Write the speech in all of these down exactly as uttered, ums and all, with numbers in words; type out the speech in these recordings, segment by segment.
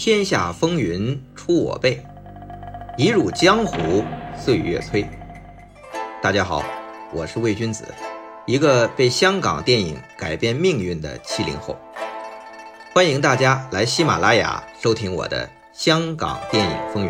天下风云出我辈，一入江湖岁月催。大家好，我是魏君子，一个被香港电影改变命运的七零后。欢迎大家来喜马拉雅收听我的香港电影风云。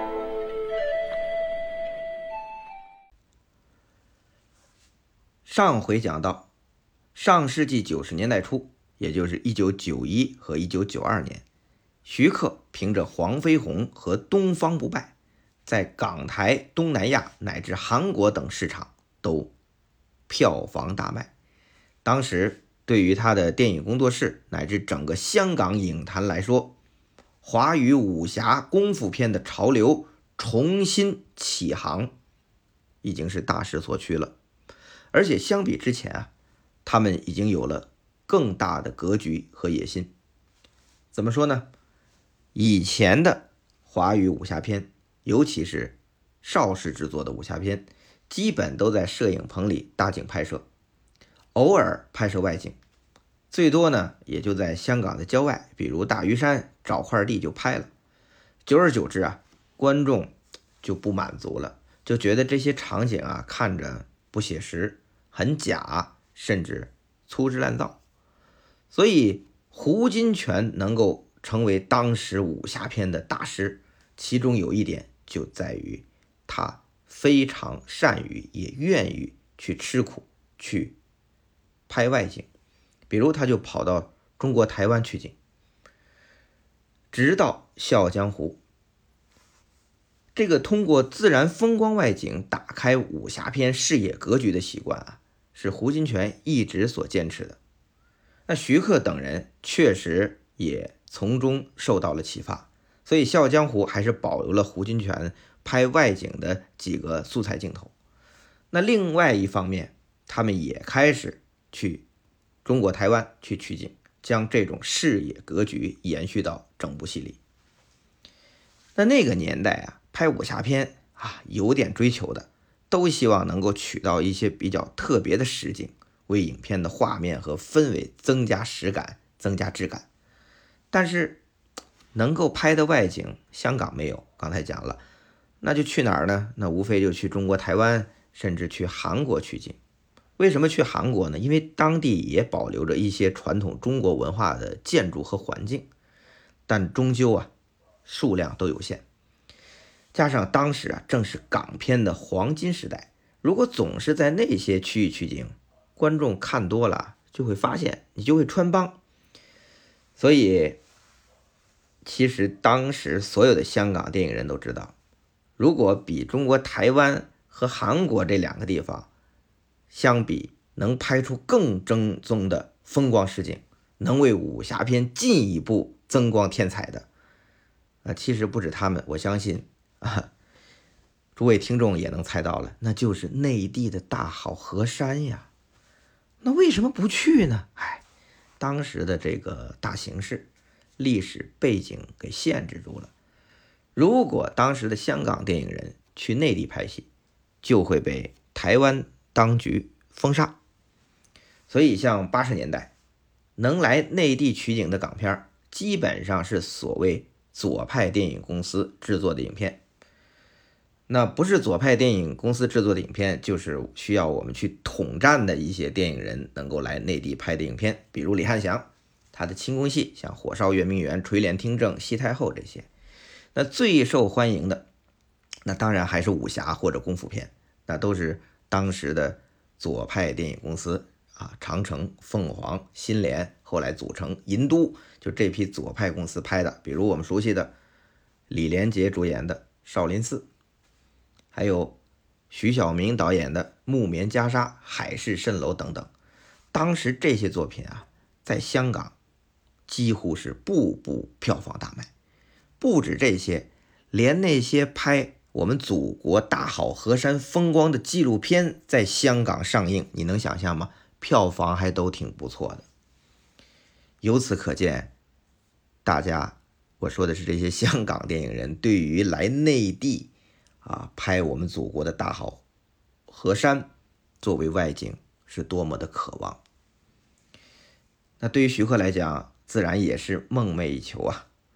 上回讲到，上世纪九十年代初，也就是一九九一和一九九二年，徐克凭着《黄飞鸿》和《东方不败》在港台、东南亚乃至韩国等市场都票房大卖。当时对于他的电影工作室乃至整个香港影坛来说，华语武侠功夫片的潮流重新起航，已经是大势所趋了。而且相比之前啊，他们已经有了更大的格局和野心。怎么说呢？以前的华语武侠片，尤其是邵氏制作的武侠片，基本都在摄影棚里大景拍摄，偶尔拍摄外景，最多呢也就在香港的郊外，比如大屿山找块地就拍了。久而久之啊，观众就不满足了，就觉得这些场景啊看着不写实，很假，甚至粗制滥造。所以胡金铨能够成为当时武侠片的大师，其中有一点就在于他非常善于也愿意去吃苦，去拍外景。比如他就跑到中国台湾取景，直到《笑傲江湖》，这个通过自然风光外景打开武侠片视野格局的习惯啊，是胡金铨一直所坚持的。那徐克等人确实也从中受到了启发，所以《笑傲江湖》还是保留了胡金铨拍外景的几个素材镜头。那另外一方面，他们也开始去中国台湾去取景，将这种视野格局延续到整部戏里。那那个年代啊，拍武侠片啊，有点追求的，都希望能够取到一些比较特别的实景，为影片的画面和氛围增加实感，增加质感。但是能够拍的外景，香港没有，刚才讲了，那就去哪儿呢？那无非就去中国台湾，甚至去韩国取景。为什么去韩国呢？因为当地也保留着一些传统中国文化的建筑和环境，但终究啊数量都有限。加上当时啊正是港片的黄金时代，如果总是在那些区域取景，观众看多了就会发现你就会穿帮。所以其实当时所有的香港电影人都知道，如果比中国台湾和韩国这两个地方相比，能拍出更正宗的风光实景，能为武侠片进一步增光添彩的啊，其实不止他们，我相信啊，诸位听众也能猜到了，那就是内地的大好河山呀。那为什么不去呢？哎，当时的这个大形势、历史背景给限制住了。如果当时的香港电影人去内地拍戏，就会被台湾当局封杀。所以像八十年代能来内地取景的港片，基本上是所谓左派电影公司制作的影片。那不是左派电影公司制作的影片，就是需要我们去统战的一些电影人能够来内地拍的影片，比如李翰祥他的轻功戏，像火烧圆明园、垂帘听政、西太后这些。那最受欢迎的，那当然还是武侠或者功夫片，那都是当时的左派电影公司啊，长城、凤凰、新联，后来组成银都，就这批左派公司拍的。比如我们熟悉的李连杰主演的《少林寺》，还有徐晓明导演的《木棉袈裟》、《海市蜃楼》等等。当时这些作品啊，在香港几乎是步步票房大卖。不止这些，连那些拍我们祖国大好河山风光的纪录片在香港上映，你能想象吗？票房还都挺不错的。由此可见，大家，我说的是这些香港电影人对于来内地啊拍我们祖国的大好河山作为外景是多么的渴望。那对于徐克来讲，自然也是梦寐以求啊。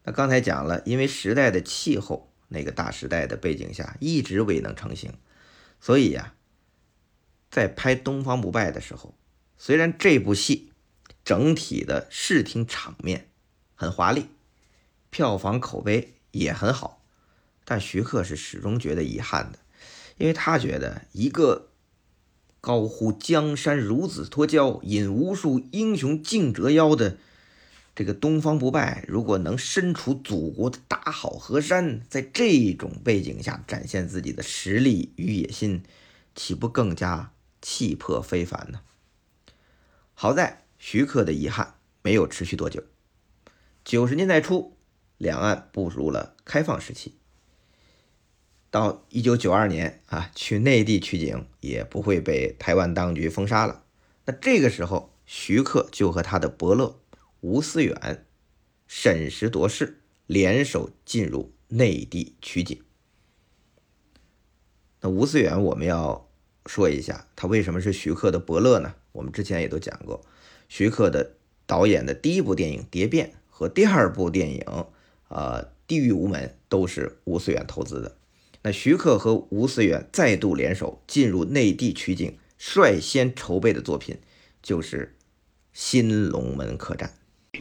那刚才讲了，因为时代的气候，那个大时代的背景下一直未能成型，所以呀、啊，在拍《东方不败》的时候，虽然这部戏整体的视听场面很华丽，票房口碑也很好，但徐克是始终觉得遗憾的，因为他觉得一个高呼江山如此脱胶，引无数英雄竞折腰的这个东方不败，如果能身处祖国的大好河山，在这种背景下展现自己的实力与野心，岂不更加气魄非凡呢？好在徐克的遗憾没有持续多久，九十年代初，两岸步入了开放时期。到一九九二年啊，去内地取景也不会被台湾当局封杀了。那这个时候，徐克就和他的伯乐吴思远、审时度势，联手进入内地取景。那吴思远我们要说一下，他为什么是徐克的伯乐呢？我们之前也都讲过，徐克的导演的第一部电影《蝶变》和第二部电影呃《地狱无门》都是吴思远投资的。那徐克和吴思远再度联手进入内地取景，率先筹备的作品就是《新龙门客栈》。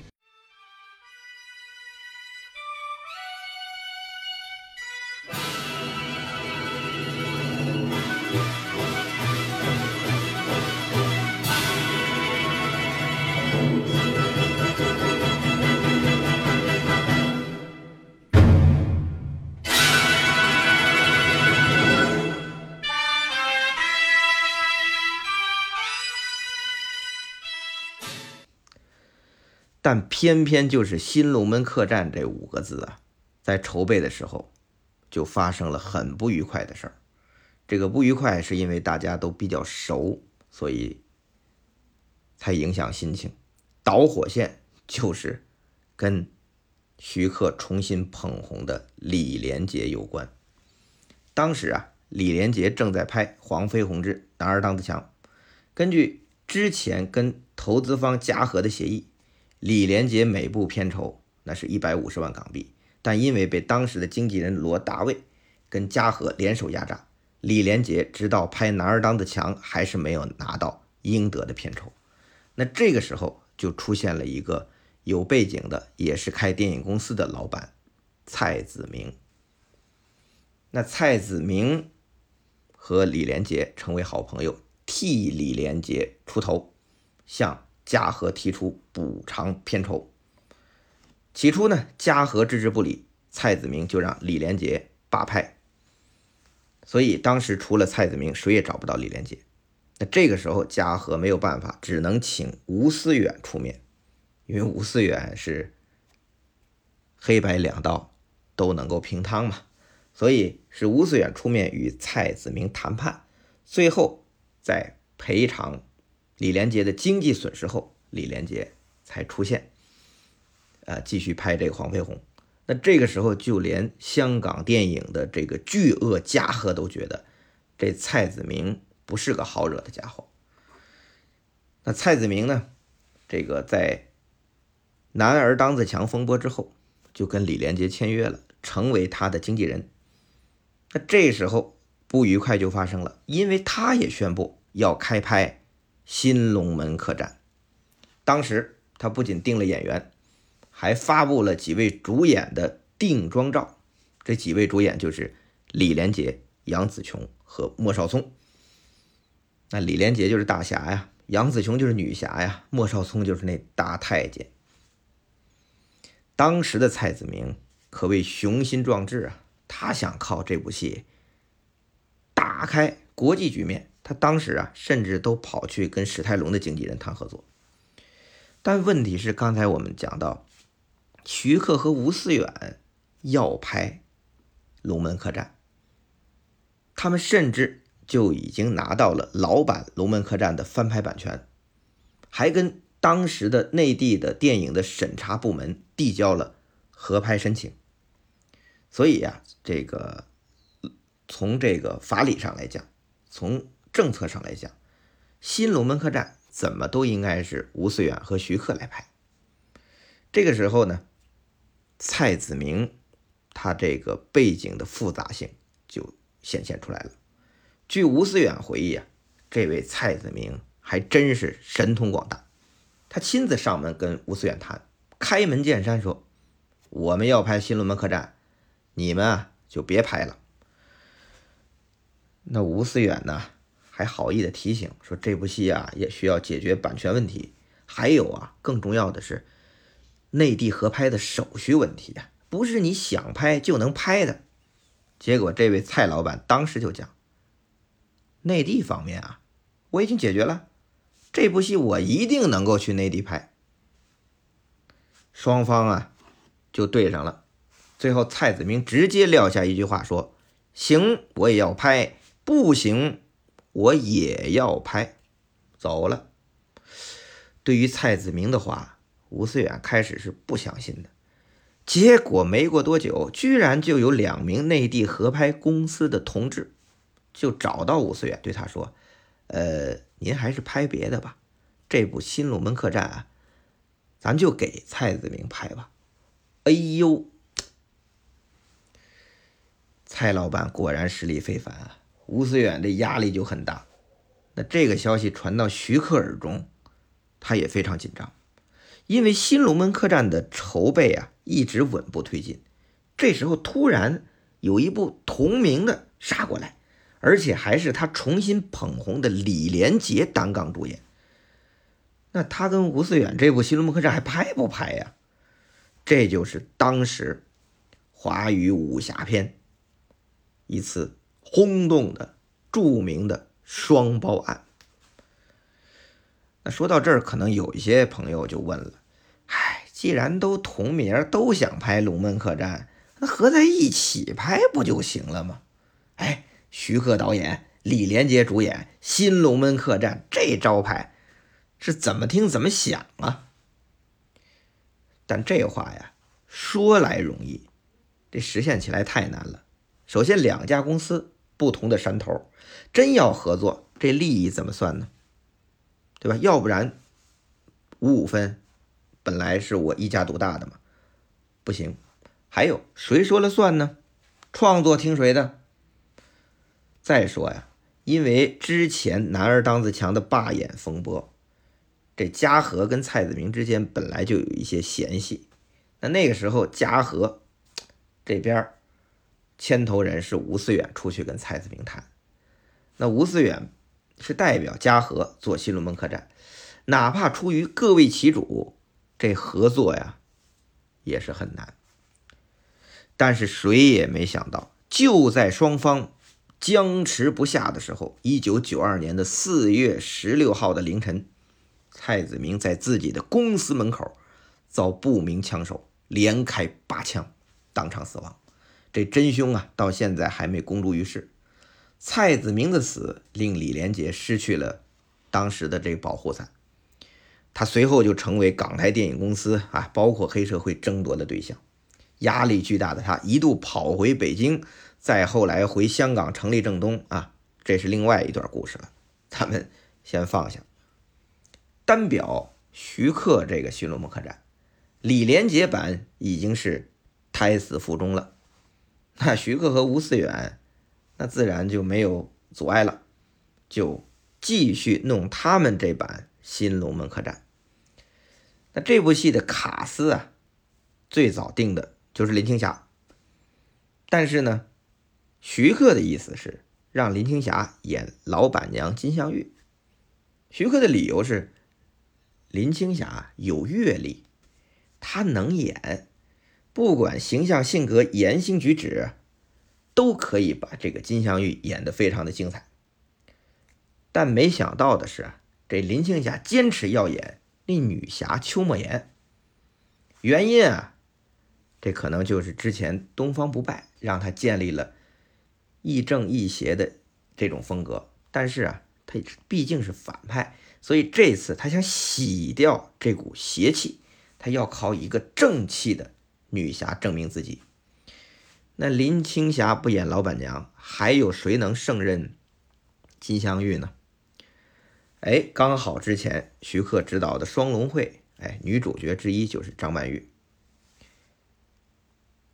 但偏偏就是新龙门客栈这五个字啊，在筹备的时候就发生了很不愉快的事儿。这个不愉快是因为大家都比较熟，所以才影响心情。导火线就是跟徐克重新捧红的李连杰有关。当时啊，李连杰正在拍黄飞鸿之男儿当自强，根据之前跟投资方嘉禾的协议，李连杰每部片酬那是一百五十万港币，但因为被当时的经纪人罗大卫跟嘉禾联手压榨，李连杰直到拍男儿当自强还是没有拿到应得的片酬。那这个时候就出现了一个有背景的，也是开电影公司的老板蔡子明。那蔡子明和李连杰成为好朋友，替李连杰出头，向嘉禾提出补偿片酬。起初呢，嘉禾置之不理，蔡子明就让李连杰罢拍，所以当时除了蔡子明，谁也找不到李连杰。那这个时候嘉禾没有办法，只能请吴思远出面，因为吴思远是黑白两道都能够平摊嘛，所以是吴思远出面与蔡子明谈判，最后在赔偿李连杰的经济损失后，李连杰才出现，呃，继续拍这个黄飞鸿。那这个时候，就连香港电影的这个巨鳄嘉禾都觉得这蔡子明不是个好惹的家伙。那蔡子明呢，这个在男儿当自强风波之后，就跟李连杰签约了，成为他的经纪人。那这时候不愉快就发生了，因为他也宣布要开拍新龙门客栈。当时他不仅定了演员，还发布了几位主演的定妆照。这几位主演就是李连杰、杨紫琼和莫少聪。那李连杰就是大侠呀，杨紫琼就是女侠呀，莫少聪就是那大太监。当时的蔡子明可谓雄心壮志啊，他想靠这部戏打开国际局面。他当时啊，甚至都跑去跟史泰龙的经纪人谈合作。但问题是，刚才我们讲到，徐克和吴思远要拍龙门客栈，他们甚至就已经拿到了老版龙门客栈的翻拍版权，还跟当时的内地的电影的审查部门递交了合拍申请。所以呀、啊，这个从这个法理上来讲，从政策上来讲，新龙门客栈怎么都应该是吴思远和徐克来拍。这个时候呢， 蔡子明他这个背景的复杂性就显现出来了。据吴思远回忆啊，这位蔡子明还真是神通广大，他亲自上门跟吴思远谈，开门见山说，我们要拍新龙门客栈，你们啊就别拍了。那吴思远呢还好意的提醒说，这部戏啊也需要解决版权问题，还有啊更重要的是内地合拍的手续问题啊，不是你想拍就能拍的。结果这位蔡老板当时就讲，内地方面啊我已经解决了，这部戏我一定能够去内地拍。双方啊就对上了，最后蔡子明直接撂下一句话说，行我也要拍，不行我也要拍，走了。对于蔡子明的话，吴思远开始是不相信的，结果没过多久，居然就有两名内地合拍公司的同志就找到吴思远，对他说，呃，您还是拍别的吧，这部新龙门客栈啊，咱就给蔡子明拍吧。哎呦，蔡老板果然实力非凡啊，吴思远的压力就很大。那这个消息传到徐克耳中，他也非常紧张，因为新龙门客栈的筹备啊一直稳步推进，这时候突然有一部同名的杀过来，而且还是他重新捧红的李连杰担纲主演，那他跟吴思远这部新龙门客栈还拍不拍呀？这就是当时华语武侠片一次轰动的著名的双包案。那说到这儿，可能有一些朋友就问了，唉，既然都同名，都想拍龙门客栈，那合在一起拍不就行了吗？哎，徐克导演，李连杰主演，新龙门客栈，这招牌是怎么听怎么想啊。但这话呀说来容易，这实现起来太难了。首先两家公司不同的山头，真要合作，这利益怎么算呢？对吧？要不然五五分本来是我一家独大的嘛，不行。还有谁说了算呢？创作听谁的？再说呀，因为之前男儿当自强的罢演风波，这嘉禾跟蔡子明之间本来就有一些嫌隙。那那个时候嘉禾这边牵头人是吴思远出去跟蔡子明谈，那吴思远是代表嘉禾做新龙门客栈，哪怕出于各为其主，这合作呀也是很难。但是谁也没想到，就在双方僵持不下的时候，一九九二年的四月十六号的凌晨，蔡子明在自己的公司门口遭不明枪手连开八枪，当场死亡。这真凶啊到现在还没公诸于世。蔡子明的死令李连杰失去了当时的这个保护伞，他随后就成为港台电影公司啊包括黑社会争夺的对象。压力巨大的他一度跑回北京，再后来回香港成立正东啊，这是另外一段故事了，咱们先放下。单表徐克这个新龙门客栈，李连杰版已经是胎死腹中了，那徐克和吴思远那自然就没有阻碍了，就继续弄他们这版新龙门客栈。那这部戏的卡司啊最早定的就是林青霞，但是呢徐克的意思是让林青霞演老板娘金镶玉。徐克的理由是林青霞有阅历，她能演，不管形象性格言行举止都可以把这个金镶玉演得非常的精彩。但没想到的是，这林青霞坚持要演那女侠邱莫言。原因啊，这可能就是之前东方不败让她建立了亦正亦邪的这种风格，但是啊她毕竟是反派，所以这次她想洗掉这股邪气，她要靠一个正气的女侠证明自己。那林青霞不演老板娘，还有谁能胜任金镶玉呢？哎，刚好之前徐克执导的双龙会，哎，女主角之一就是张曼玉。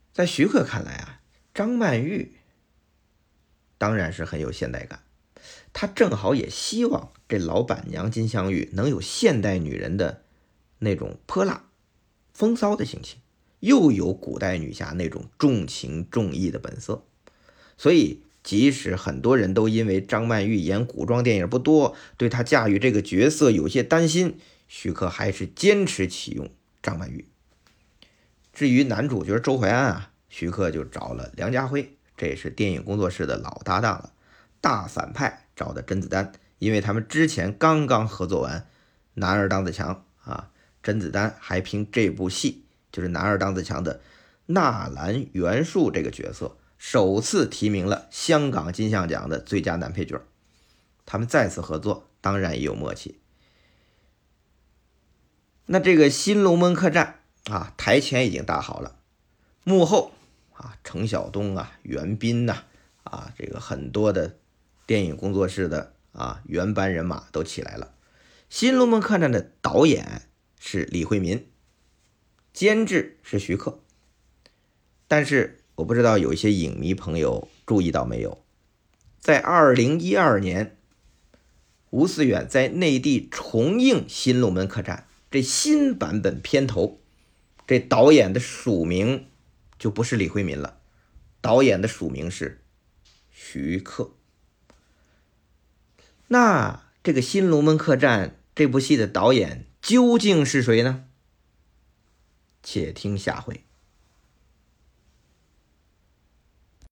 在徐克看来啊，张曼玉当然是很有现代感，他正好也希望这老板娘金镶玉能有现代女人的那种泼辣风骚的性情，又有古代女侠那种重情重义的本色。所以即使很多人都因为张曼玉演古装电影不多，对她驾驭这个角色有些担心，徐克还是坚持启用张曼玉。至于男主角周淮安啊，徐克就找了梁家辉，这也是电影工作室的老搭档了。大反派找的甄子丹，因为他们之前刚刚合作完《男儿当自强》啊，甄子丹还凭这部戏，就是《男儿当自强》的纳兰元树这个角色，首次提名了香港金像奖的最佳男配角。他们再次合作，当然也有默契。那这个新龙门客栈啊，台前已经搭好了，幕后啊，程晓东啊、袁彬呐、啊，啊，这个很多的电影工作室的啊原班人马都起来了。新龙门客栈的导演是李惠民，监制是徐克。但是我不知道有一些影迷朋友注意到没有，在二零一二年，吴思远在内地重映新龙门客栈这新版本片头，这导演的署名就不是李惠民了，导演的署名是徐克。那这个新龙门客栈这部戏的导演究竟是谁呢？且听下回。